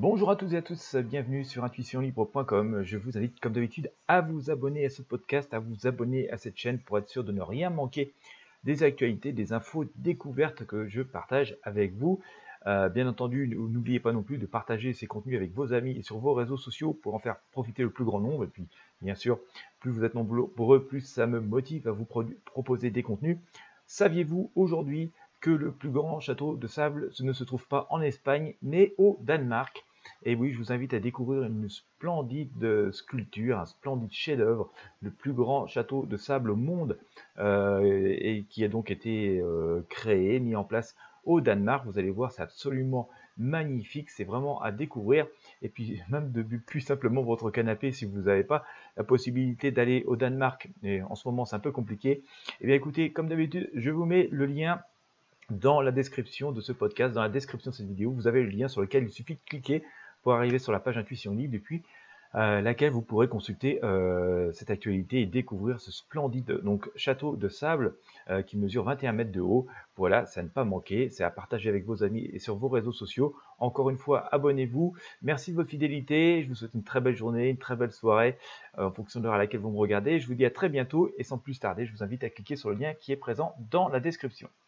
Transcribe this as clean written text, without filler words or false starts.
Bonjour à toutes et à tous, bienvenue sur intuitionlibre.com. Je vous invite comme d'habitude à vous abonner à ce podcast, à vous abonner à cette chaîne pour être sûr de ne rien manquer des actualités, des infos découvertes que je partage avec vous. Bien entendu, n'oubliez pas non plus de partager ces contenus avec vos amis et sur vos réseaux sociaux pour en faire profiter le plus grand nombre. Et puis, bien sûr, plus vous êtes nombreux, plus ça me motive à vous proposer des contenus. Saviez-vous aujourd'hui que le plus grand château de sable ne se trouve pas en Espagne, mais au Danemark? Et oui, je vous invite à découvrir une splendide sculpture, un splendide chef-d'œuvre, le plus grand château de sable au monde, et qui a donc été créé, mis en place au Danemark. Vous allez voir, c'est absolument magnifique, c'est vraiment à découvrir. Et puis même depuis plus simplement votre canapé, si vous n'avez pas la possibilité d'aller au Danemark, et en ce moment c'est un peu compliqué, eh bien écoutez, comme d'habitude, je vous mets le lien dans la description de ce podcast, dans la description de cette vidéo. Vous avez le lien sur lequel il suffit de cliquer pour arriver sur la page Intuition Libre, depuis laquelle vous pourrez consulter cette actualité et découvrir ce splendide château de sable qui mesure 21 mètres de haut. Voilà, c'est à ne pas manquer, c'est à partager avec vos amis et sur vos réseaux sociaux. Encore une fois, abonnez-vous. Merci de votre fidélité. Je vous souhaite une très belle journée, une très belle soirée en fonction de l'heure à laquelle vous me regardez. Je vous dis à très bientôt et sans plus tarder, je vous invite à cliquer sur le lien qui est présent dans la description.